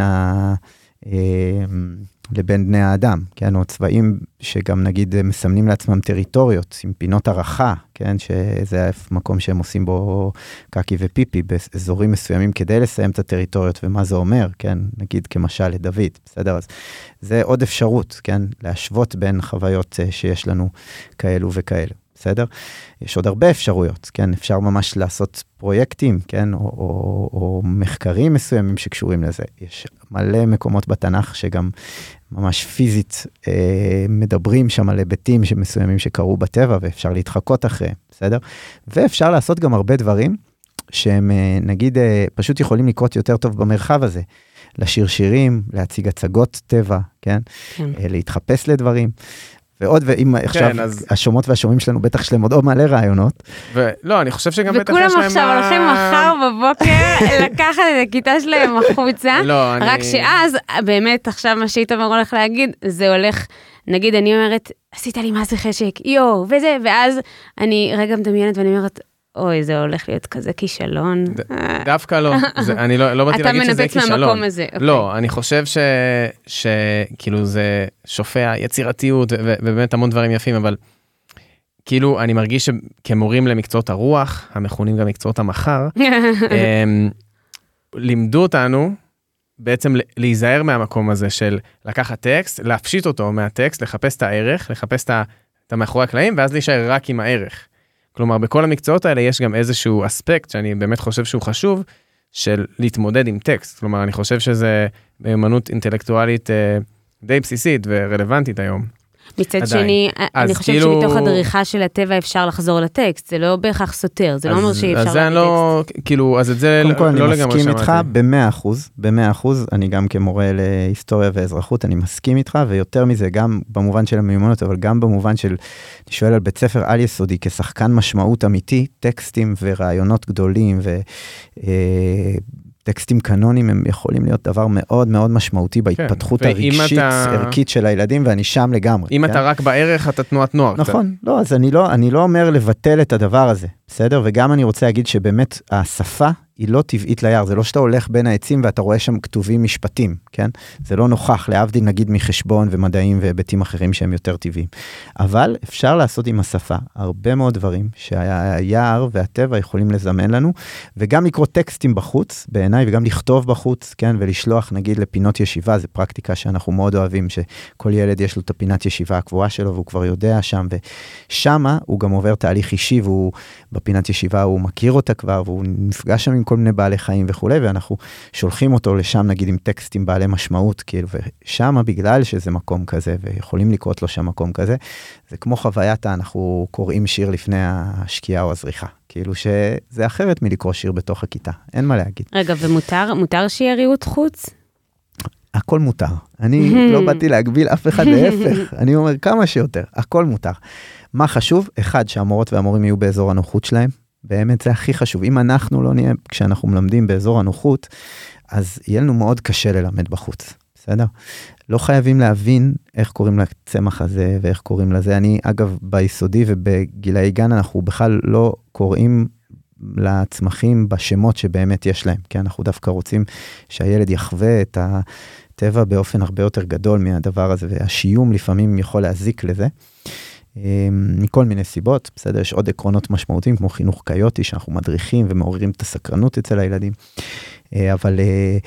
לבין בני האדם, כן? או צבעים שגם, נגיד, מסמנים לעצמם טריטוריות, עם פינות ערכה, כן? שזה המקום שהם עושים בו קקי ופיפי, באזורים מסוימים כדי לסיים את הטריטוריות, ומה זה אומר, כן? נגיד, כמשל לדוד, בסדר? אז זה עוד אפשרות, כן? להשוות בין חוויות שיש לנו כאלו וכאלו. בסדר? יש עוד הרבה אפשרויות, כן? אפשר ממש לעשות פרויקטים, כן? או מחקרים מסוימים שקשורים לזה. יש מלא מקומות בתנ"ך שגם ממש פיזית מדברים שם על היבטים מסוימים שקרו בטבע, ואפשר להתחקות אחריהם, בסדר? ואפשר לעשות גם הרבה דברים שהם, נגיד, פשוט יכולים לקרות יותר טוב במרחב הזה. לשיר שירים, להציג הצגות טבע, כן? להתחפש לדברים. ועוד, ואם עכשיו השומות והשומעים שלנו, בטח שלהם עוד מלא רעיונות. לא, אני חושב שגם בטח יש להם... וכולם עכשיו הולכים מחר בבוקר לקחת את הכיתה שלהם החוצה, רק שאז, באמת, עכשיו מה שאיתמר הולך להגיד, זה הולך, נגיד, אני אומרת, עשית לי מה זה חשק, יו, וזה, ואז אני רגע מדמיינת ואני אומרת, אוי, זה הולך להיות כזה כישלון. דווקא לא. אני לא באתי להגיד שזה כישלון. אתה מנבץ מהמקום הזה. לא, אני חושב שכאילו זה שופע יצירתיות, ובאמת המון דברים יפים, אבל כאילו אני מרגיש שכמורים למקצועות הרוח, המכונים גם מקצועות המחר, לימדו אותנו בעצם להיזהר מהמקום הזה של לקחת טקסט, להפשיט אותו מהטקסט, לחפש את הערך, לחפש את המאחורי הקלעים, ואז להישאר רק עם הערך. כלומר, בכל המקצועות האלה יש גם איזשהו אספקט שאני באמת חושב שהוא חשוב, של להתמודד עם טקסט. כלומר, אני חושב שזה מיומנות אינטלקטואלית די בסיסית ורלוונטית היום. מצד שני, אני חושבת שמתוך הדריכה של הטבע אפשר לחזור לטקסט, זה לא בהכרח סותר, זה לא אומר שאי אפשר להגיד טקסט. כאילו, אז את זה לא לגמרי שמעתי. אני מסכים איתך ב-100%, אני גם כמורה להיסטוריה ואזרחות, אני מסכים איתך, ויותר מזה, גם במובן של המיומנות, אבל גם במובן של, אני שואל על בית ספר על יסודי, כשחקן משמעות אמיתי, טקסטים ורעיונות גדולים, טקסטים קנונים הם יכולים להיות דבר מאוד מאוד משמעותי בהתפתחות הרגשית, ערכית של הילדים, ואני שם לגמרי. אם אתה רק בערך, אתה תנועת נוער. נכון, לא, אז אני לא אומר לבטל את הדבר הזה, בסדר? וגם אני רוצה להגיד שבאמת השפה היא לא טבעית ליער, זה לא שאתה הולך בין העצים ואתה רואה שם כתובים משפטים, כן? זה לא נוכח, להבדיל נגיד מחשבון ומדעים והיבטים אחרים שהם יותר טבעיים. אבל אפשר לעשות עם השפה הרבה מאוד דברים שהיער והטבע יכולים לזמן לנו, וגם לקרוא טקסטים בחוץ, בעיניי, וגם לכתוב בחוץ, כן? ולשלוח נגיד לפינות ישיבה, זו פרקטיקה שאנחנו מאוד אוהבים, שכל ילד יש לו את הפינת ישיבה הקבועה שלו, והוא כבר יודע שם, ושמה הוא גם עובר תהליך אישי, והוא בפינת ישיבה הוא מכיר אותה כבר, והוא נפגש שם עם כל מיני בעלי חיים וכו', ואנחנו שולחים אותו לשם, נגיד, עם טקסטים בעלי משמעות, כאילו, ושם, בגלל שזה מקום כזה, ויכולים לקרות לו שם מקום כזה, זה כמו חוויית, אנחנו קוראים שיר לפני השקיעה או הזריחה, כאילו שזה אחרת מלקרוא שיר בתוך הכיתה, אין מה להגיד. רגע, ומותר שיהיה ריהוט חוץ? הכל מותר. אני לא באתי להגביל אף אחד להפך, אני אומר כמה שיותר, הכל מותר. מה חשוב? אחד, שהמורות והמורים יהיו באזור הנוחות שלהם, באמת זה הכי חשוב. אם אנחנו לא נהיה, כשאנחנו מלמדים באזור הנוחות, אז יהיה לנו מאוד קשה ללמד בחוץ, בסדר? לא חייבים להבין איך קוראים לצמח הזה ואיך קוראים לזה. אני, אגב, ביסודי ובגילי גן, אנחנו בכלל לא קוראים לצמחים בשמות שבאמת יש להם, כי אנחנו דווקא רוצים שהילד יחווה את הטבע באופן הרבה יותר גדול מהדבר הזה, והשיום לפעמים יכול להזיק לזה. מכל מיני סיבות, בסדר, יש עוד עקרונות משמעותיים, כמו חינוך קיוטי, שאנחנו מדריכים ומעוררים את הסקרנות אצל הילדים, אבל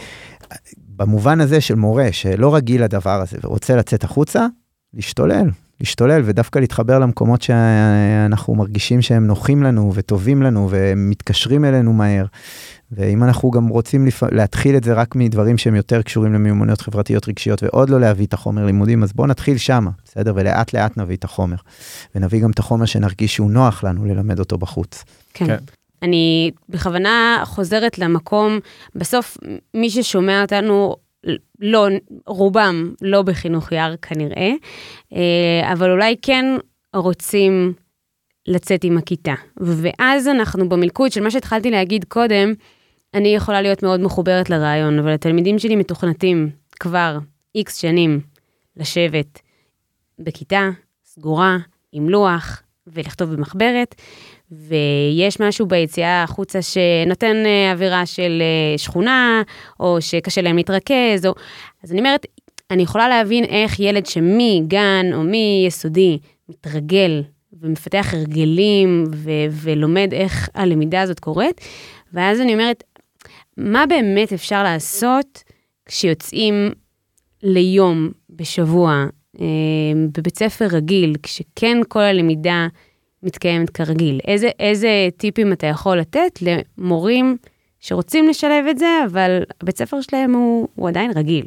במובן הזה של מורה, שלא רגיל לדבר הזה, ורוצה לצאת החוצה, להשתולל, ודווקא להתחבר למקומות שאנחנו מרגישים שהם נוחים לנו, וטובים לנו, ומתקשרים אלינו מהר, ואם אנחנו גם רוצים להתחיל את זה רק מדברים שהם יותר קשורים למיומנויות חברתיות רגשיות, ועוד לא להביא את החומר לימודים, אז בואו נתחיל שמה, בסדר? ולאט לאט נביא את החומר. ונביא גם את החומר שנרגיש שהוא נוח לנו ללמד אותו בחוץ. כן. אני בכוונה חוזרת למקום, בסוף מי ששומע אותנו, לא, רובם לא בחינוך יער כנראה, אבל אולי כן רוצים לצאת עם הכיתה. ואז אנחנו במלכוד של מה שהתחלתי להגיד קודם, אני יכולה להיות מאוד מחוברת לרעיון, אבל התלמידים שלי מתוכנתים כבר X שנים לשבת בכיתה סגורה, עם לוח, ולכתוב במחברת, ויש משהו ביציאה החוצה שנותן אווירה של שכונה, או שקשה להם להתרכז, אז אני אומרת, אני יכולה להבין איך ילד גן או יסודי מתרגל, ומפתח הרגלים, ולומד איך הלמידה הזאת קורית, ואז אני אומרת, מה באמת אפשר לעשות כשיוצאים ליום בשבוע, בבית ספר רגיל, כשכן כל הלמידה מתקיימת כרגיל? איזה טיפים אתה יכול לתת למורים שרוצים לשלב את זה, אבל הבית ספר שלהם הוא עדיין רגיל?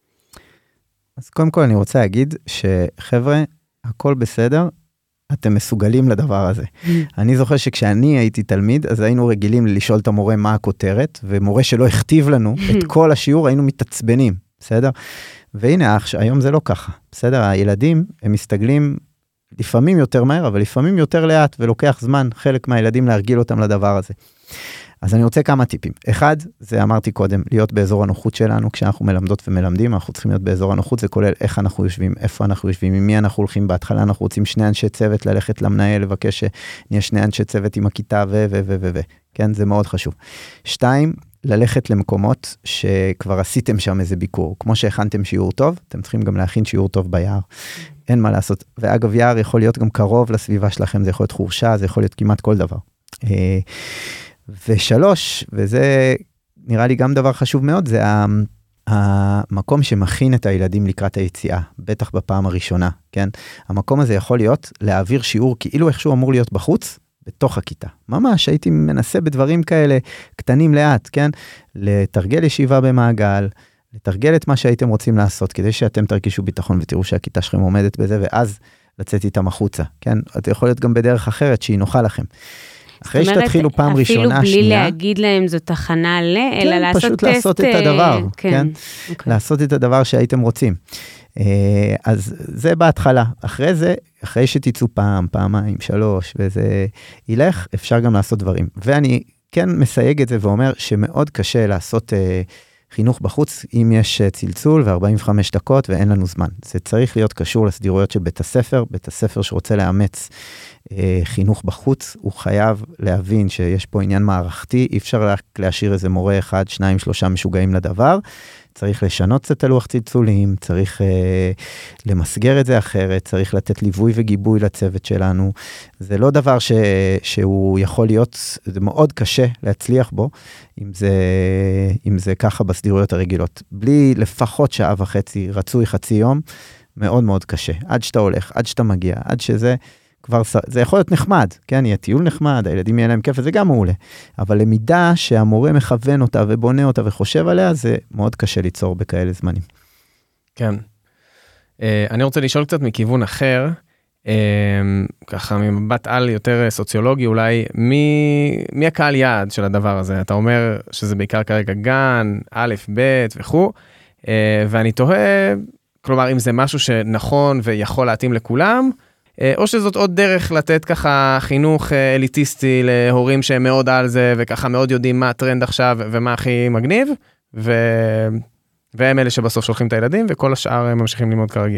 אז קודם כל אני רוצה להגיד שחבר'ה, הכל בסדר, אתם מסוגלים לדבר הזה. אני זוכר שכשאני הייתי תלמיד, אז היינו רגילים לשאול את המורה מה הכותרת, ומורה שלא הכתיב לנו את כל השיעור, היינו מתעצבנים, בסדר? והנה, היום זה לא ככה, בסדר? הילדים, הם מסתגלים לפעמים יותר מהר, אבל לפעמים יותר לאט, ולוקח זמן חלק מהילדים להרגיל אותם לדבר הזה. אז אני רוצה כמה טיפים. אחד, זה אמרתי קודם, להיות באזור הנוחות שלנו, כשאנחנו מלמדות ומלמדים, אנחנו צריכים להיות באזור הנוחות, זה כולל איך אנחנו יושבים, איפה אנחנו יושבים, עם מי אנחנו הולכים בהתחלה, אנחנו רוצים 2 אנשי צוות ללכת למנהל, לבקש שנהיה 2 אנשי צוות עם הכיתה כן, זה מאוד חשוב. 2, ללכת למקומות שכבר עשיתם שם איזה ביקור, כמו שהכנתם שיעור טוב, אתם צריכים גם להכין שיעור טוב ביער. אין מה לעשות. ואגב, יער יכול להיות גם קרוב לסביבה שלכם, זה יכול להיות חורשה, זה יכול להיות כמעט כל דבר. 3, וזה נראה לי גם דבר חשוב מאוד, זה המקום שמכין את הילדים לקראת היציאה, בטח בפעם הראשונה, כן? המקום הזה יכול להיות להעביר שיעור כאילו איכשהו אמור להיות בחוץ, בתוך הכיתה. ממש, הייתי מנסה בדברים כאלה קטנים לאט, כן? לתרגל ישיבה במעגל, לתרגל את מה שהייתם רוצים לעשות, כדי שאתם תרגישו ביטחון ותראו שהכיתה שלכם עומדת בזה, ואז לצאת איתם החוצה, כן? זה יכול להיות גם בדרך אחרת שהיא נוחה לכם. אחרי שתתחילו פעם ראשונה, אפילו בלי להגיד להם זאת הכנה אלא לעשות טסט. פשוט לעשות את הדבר, כן? לעשות את הדבר שהייתם רוצים. אז זה בהתחלה. אחרי זה, אחרי שתיצאו פעם, פעמיים, 3, וזה ילך, אפשר גם לעשות דברים. ואני כן מסייג את זה ואומר שמאוד קשה לעשות חינוך בחוץ, אם יש צלצול ו45 דקות ואין לנו זמן. זה צריך להיות קשור לסדירויות של בית הספר. בית הספר שרוצה לאמץ חינוך בחוץ, הוא חייב להבין שיש פה עניין מערכתי, אי אפשר רק להשאיר איזה מורה 1, 2, 3 משוגעים לדבר, צריך לשנות קצת הלוח צלצולים, צריך למסגר את זה אחרת, צריך לתת ליווי וגיבוי לצוות שלנו, זה לא דבר שהוא יכול להיות, זה מאוד קשה להצליח בו, אם זה ככה בסדירויות הרגילות, בלי לפחות 1.5 שעה, רצוי חצי יום, מאוד מאוד קשה, עד שאתה הולך, עד שאתה מגיע, עד שזה, כבר, זה יכול להיות נחמד, כן, יהיה טיול נחמד, הילדים יהיה להם כיף, וזה גם מעולה. אבל למידה שהמורה מכוון אותה ובונה אותה וחושב עליה, זה מאוד קשה ליצור בכאלה זמנים. כן. אני רוצה לשאול קצת מכיוון אחר, ככה ממבט על יותר סוציולוגי, אולי, מי הקהל יעד של הדבר הזה? אתה אומר שזה בעיקר כרגע גן, א', ב' וכו', ואני תוהה, כלומר, אם זה משהו שנכון ויכול להתאים לכולם, או שזאת עוד דרך לתת ככה חינוך אליטיסטי להורים שהם מאוד על זה, וככה מאוד יודעים מה הטרנד עכשיו ומה הכי מגניב, והם אלה שבסוף שולחים את הילדים, וכל השאר הם ממשיכים ללמוד כרגיל.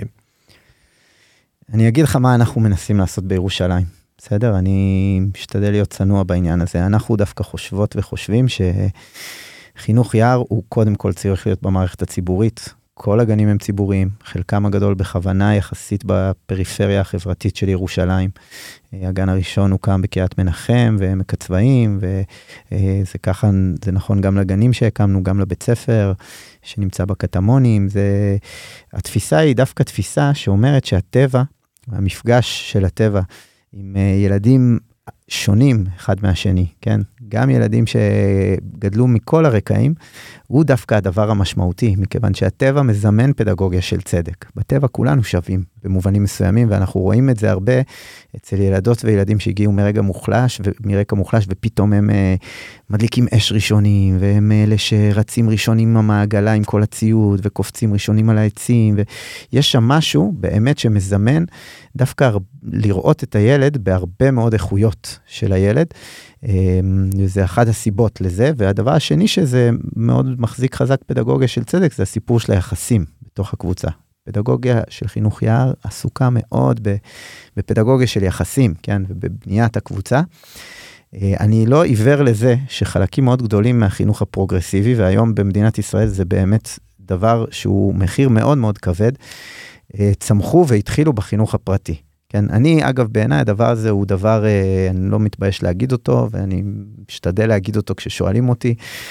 אני אגיד לך מה אנחנו מנסים לעשות בירושלים, בסדר? אני משתדל להיות צנוע בעניין הזה. אנחנו דווקא חושבות וחושבים שחינוך יער הוא קודם כל צריך להיות במערכת הציבורית, כל הגנים הם ציבוריים, חלקם הגדול בכוונה יחסית בפריפריה החברתית של ירושלים. הגן הראשון הוקם בקריית מנחם ועמק הצבאים, וזה ככה, זה נכון גם לגנים שהקמנו, גם לבית ספר שנמצא בקטמונים. התפיסה היא דווקא תפיסה שאומרת שהטבע, המפגש של הטבע עם ילדים שונים אחד מהשני, כן? גם ילדים שגדלו מכל הרקעים, הוא דווקא הדבר המשמעותי, מכיוון שהטבע מזמן פדגוגיה של צדק. בטבע כולנו שווים במובנים מסוימים, ואנחנו רואים את זה הרבה אצל ילדות וילדים שהגיעו מרקע מוחלש, ופתאום הם מדליקים אש ראשונים, והם אלה שרצים ראשונים במעגלה עם כל הציוד, וקופצים ראשונים על העצים, ויש שם משהו באמת שמזמן דווקא לראות את הילד בהרבה מאוד איכויות של הילד, זה אחת הסיבות לזה, והדבר השני שזה מאוד מחזיק חזק פדגוגיה של צדק, זה הסיפור של היחסים בתוך הקבוצה. פדגוגיה של חינוך יער עסוקה מאוד בפדגוגיה של יחסים, כן, ובבניית הקבוצה. אני לא עיוור לזה שחלקים מאוד גדולים מהחינוך הפרוגרסיבי, והיום במדינת ישראל זה באמת דבר שהוא מחיר מאוד מאוד כבד, צמחו והתחילו בחינוך הפרטי. כן, אני, אגב, בעיניי, הדבר הזה הוא דבר, אני לא מתבייש להגיד אותו, ואני משתדל להגיד אותו כששואלים אותי.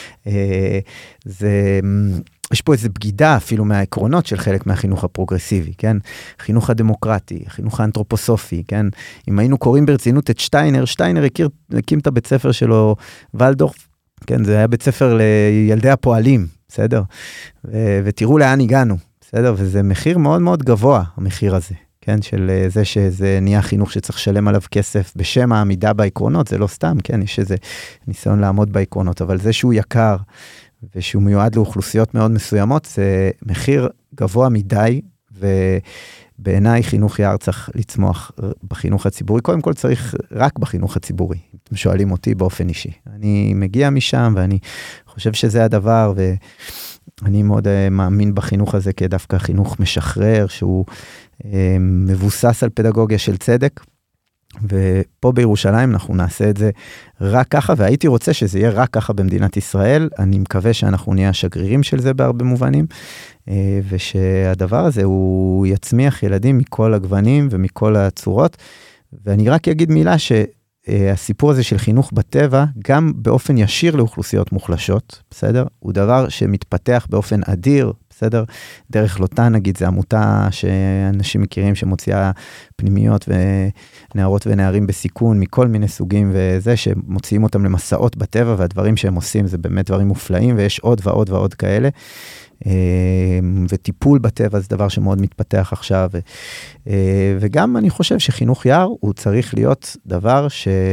יש פה איזו בגידה אפילו מהעקרונות של חלק מהחינוך הפרוגרסיבי, כן? חינוך הדמוקרטי, חינוך האנתרופוסופי, כן? אם היינו קוראים ברצינות את שטיינר, שטיינר הקים את הבית ספר שלו, ולדורף, כן? זה היה בית ספר לילדי הפועלים, בסדר? ותראו לאן הגענו, בסדר? וזה מחיר מאוד מאוד גבוה, המחיר הזה. כן, של זה שזה נהיה חינוך שצריך לשלם עליו כסף בשם העמידה בעקרונות, זה לא סתם, כן, יש איזה ניסיון לעמוד בעקרונות, אבל זה שהוא יקר ושהוא מיועד לאוכלוסיות מאוד מסוימות, זה מחיר גבוה מדי, ובעיניי חינוך יער צריך לצמוח בחינוך הציבורי, קודם כל צריך רק בחינוך הציבורי, אתם שואלים אותי באופן אישי, אני מגיע משם ואני חושב שזה הדבר, ואני מאוד מאמין בחינוך הזה כדווקא חינוך משחרר, שהוא מבוסס על פדגוגיה של צדק, ופה בירושלים אנחנו נעשה את זה רק ככה, והייתי רוצה שזה יהיה רק ככה במדינת ישראל, אני מקווה שאנחנו נהיה השגרירים של זה בהרבה מובנים, ושהדבר הזה הוא יצמיח ילדים מכל הגוונים ומכל הצורות, ואני רק אגיד מילה שהסיפור הזה של חינוך בטבע, גם באופן ישיר לאוכלוסיות מוחלשות, בסדר? הוא דבר שמתפתח באופן אדיר, בסדר? דרך לוטן, נגיד, זו עמותה שאנשים מכירים שמוציאה פנימיות ונערות ונערים בסיכון מכל מיני סוגים, וזה שמוציאים אותם למסעות בטבע, והדברים שהם עושים זה באמת דברים מופלאים, ויש עוד ועוד ועוד כאלה. וטיפול בטבע זה דבר שמאוד מתפתח עכשיו, וגם אני חושב שחינוך יער הוא צריך להיות דבר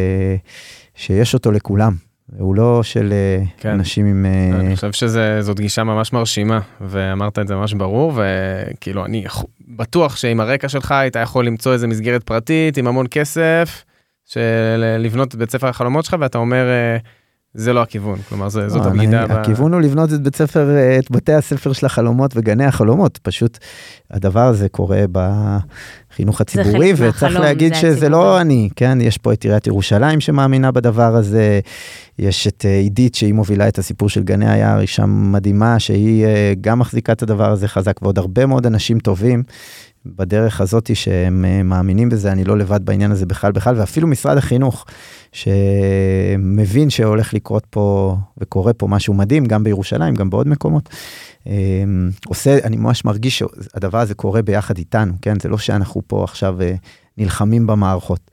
שיש אותו לכולם. הוא לא של אנשים עם... אני חושב שזאת גישה ממש מרשימה, ואמרת את זה ממש ברור, וכאילו אני בטוח שעם הרקע שלך היית יכול למצוא איזו מסגרת פרטית, עם המון כסף, לבנות את בית ספר החלומות שלך, ואתה אומר, זה לא הכיוון, כלומר זאת הבגידה. הכיוון הוא לבנות את בתי הספר של החלומות וגני החלומות, פשוט הדבר הזה קורה בחינוך הציבורי, וצריך להגיד שזה לא אני, כן, יש פה את עיריית ירושלים שמאמינה בדבר הזה, יש את עידית שהיא מובילה את הסיפור של גני היער, היא שם מדהימה, שהיא גם מחזיקה את הדבר הזה חזק, ועוד הרבה מאוד אנשים טובים, בדרך הזאת שהם מאמינים בזה, אני לא לבד בעניין הזה בכלל, ואפילו משרד החינוך, שמבין שהולך לקרות פה, וקורה פה משהו מדהים, גם בירושלים, גם בעוד מקומות, אני ממש מרגיש שהדבר הזה קורה ביחד איתנו, כן? זה לא שאנחנו פה עכשיו נלחמים במערכות.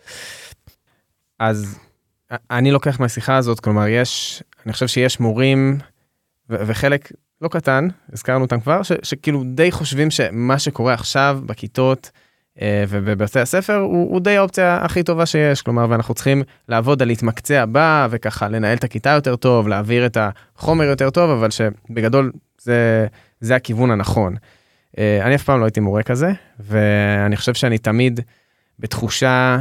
אז אני לוקח מהשיחה הזאת, כלומר אני חושב שיש מורים, וחלק לא קטן, הזכרנו אותם כבר, שכאילו די חושבים שמה שקורה עכשיו בכיתות ובבתי הספר, הוא די האופציה הכי טובה שיש, כלומר, ואנחנו צריכים לעבוד על להתמקצע בה, וככה לנהל את הכיתה יותר טוב, להעביר את החומר יותר טוב, אבל שבגדול זה הכיוון הנכון. אני אף פעם לא הייתי מורה כזה, ואני חושב שאני תמיד בתחושה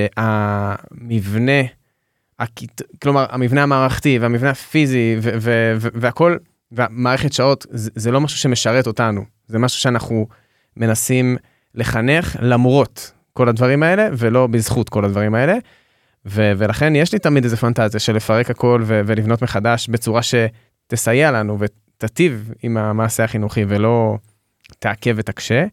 שהמבנה, כלומר, המבנה המערכתי והמבנה הפיזי והכל, והמערכת שעות, זה לא משהו שמשרת אותנו, זה משהו שאנחנו מנסים לחנך למרות כל הדברים האלה, ולא בזכות כל הדברים האלה, ולכן יש לי תמיד איזה פנטזיה של לפרק הכל ולבנות מחדש בצורה שתסייע לנו ותטיב עם המעשה החינוכי ולא תעכב ותקשה,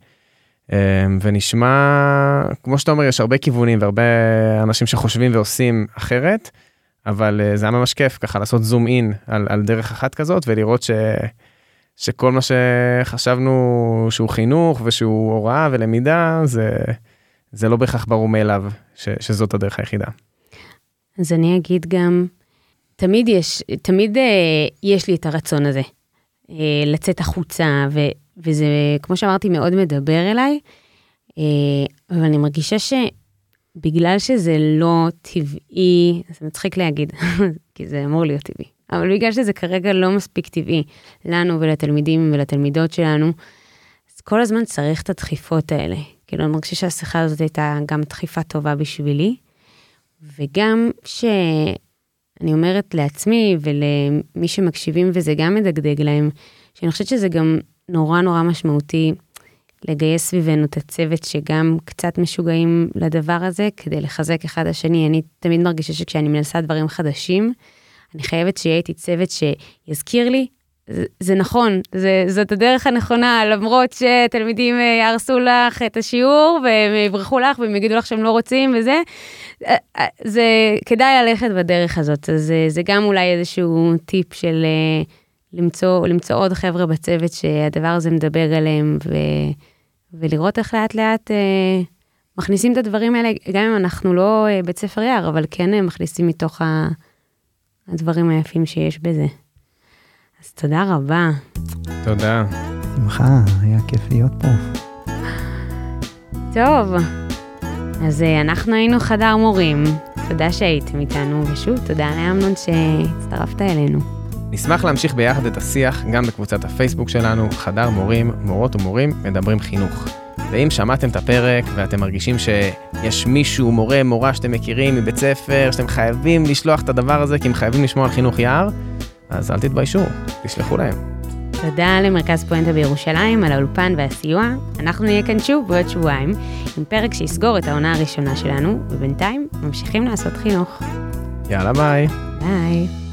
ונשמע, כמו שאתה אומר, יש הרבה כיוונים והרבה אנשים שחושבים ועושים אחרת, אבל זה היה ממש כיף ככה לעשות זום אין על דרך אחת כזאת ולראות שכל מה שחשבנו שהוא חינוך ושהוא הוראה ולמידה, זה לא בהכרח ברור מאליו שזאת הדרך היחידה. אז אני אגיד גם, תמיד יש לי את הרצון הזה, לצאת החוצה, וזה, כמו שאמרתי, מאוד מדבר אליי, אבל אני מרגישה שבגלל שזה לא טבעי, זה מצחיק להגיד, כי זה אמור להיות טבעי, אבל בגלל שזה כרגע לא מספיק טבעי לנו ולתלמידים ולתלמידות שלנו, אז כל הזמן צריך את הדחיפות האלה. כאילו, אני מרגישה שהשיחה הזאת הייתה גם דחיפה טובה בשבילי, וגם שאני אומרת לעצמי ולמי שמקשיבים, וזה גם מדגדג להם, שאני חושבת שזה גם נורא נורא משמעותי לגייס סביבנו את הצוות שגם קצת משוגעים לדבר הזה, כדי לחזק אחד השני. אני תמיד מרגישה שכשאני מנסה דברים חדשים, אני חייבת שיהיה איתי צוות שיזכיר לי, זה נכון, זאת הדרך הנכונה, למרות שתלמידים יהרסו לך את השיעור, והם יברחו לך, והם יגידו לך שהם לא רוצים, וזה, זה כדאי ללכת בדרך הזאת. אז זה גם אולי איזשהו טיפ של למצוא עוד חבר'ה בצוות שהדבר הזה מדבר עליהם, ולראות איך לאט לאט מכניסים את הדברים האלה, גם אם אנחנו לא בית ספר יער, אבל כן מכניסים מתוך הדברים היפים שיש בזה. אז תודה רבה. תודה. שמחה, היה כיף להיות פה. טוב, אז אנחנו היינו חדר מורים. תודה שהייתם איתנו, ושוב, תודה לאמנון שהצטרפת אלינו. נשמח להמשיך ביחד את השיח גם בקבוצת הפייסבוק שלנו, חדר מורים, מורות ומורים, מדברים חינוך. ואם שמעתם את הפרק ואתם מרגישים שיש מישהו, מורה, מורה שאתם מכירים מבית ספר, שאתם חייבים לשלוח את הדבר הזה, כי הם חייבים לשמוע על חינוך יער, אז אל תתביישו, תשלחו להם. תודה למרכז פואנטה בירושלים על האולפן והסיוע. אנחנו נהיה כאן שוב בעוד שבועיים, עם פרק שיסגור את העונה הראשונה שלנו, ובינתיים ממשיכים לעשות חינוך. יאללה, ביי. ביי.